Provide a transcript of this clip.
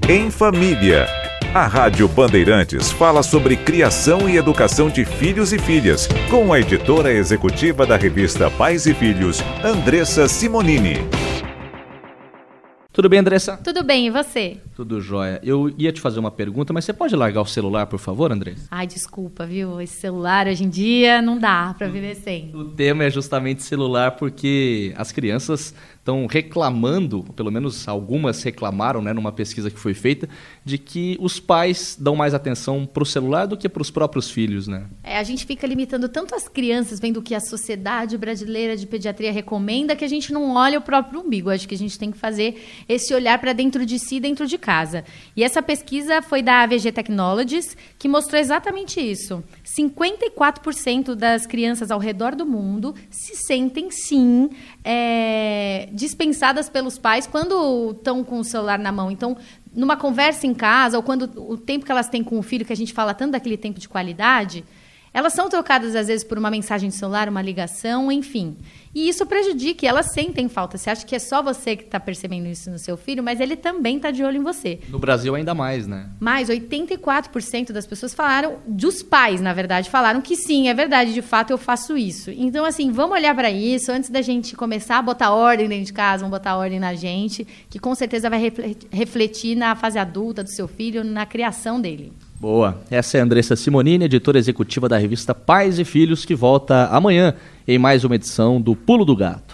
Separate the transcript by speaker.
Speaker 1: Em Família. A Rádio Bandeirantes fala sobre criação e educação de filhos e filhas, com a editora executiva da revista Pais e Filhos, Andressa Simonini.
Speaker 2: Tudo bem, Andressa?
Speaker 3: Tudo bem, e você?
Speaker 2: Tudo jóia. Eu ia te fazer uma pergunta, mas você pode largar o celular, por favor, Andressa?
Speaker 3: Ai, desculpa, viu? Esse celular hoje em dia não dá pra viver sem.
Speaker 2: O tema é justamente celular porque as crianças estão reclamando, pelo menos algumas reclamaram, né, numa pesquisa que foi feita, de que os pais dão mais atenção para o celular do que para os próprios filhos, né?
Speaker 3: A gente fica limitando tanto as crianças, vendo o que a Sociedade Brasileira de Pediatria recomenda, que a gente não olha o próprio umbigo. Acho que a gente tem que fazer esse olhar para dentro de si, dentro de casa. E essa pesquisa foi da AVG Technologies, que mostrou exatamente isso. 54% das crianças ao redor do mundo se sentem, sim, dispensadas pelos pais quando estão com o celular na mão. Então, numa conversa em casa, ou quando o tempo que elas têm com o filho, que a gente fala tanto daquele tempo de qualidade, elas são trocadas, às vezes, por uma mensagem de celular, uma ligação, enfim. E isso prejudica, e elas sentem falta. Você acha que é só você que está percebendo isso no seu filho, mas ele também está de olho em você.
Speaker 2: No Brasil ainda mais, né?
Speaker 3: Mais 84% das pessoas falaram, dos pais, na verdade, falaram que sim, é verdade, de fato eu faço isso. Então, assim, vamos olhar para isso, antes da gente começar a botar ordem dentro de casa, vamos botar ordem na gente, que com certeza vai refletir na fase adulta do seu filho, na criação dele.
Speaker 2: Boa. Essa é a Andressa Simonini, editora executiva da revista Pais e Filhos, que volta amanhã em mais uma edição do Pulo do Gato.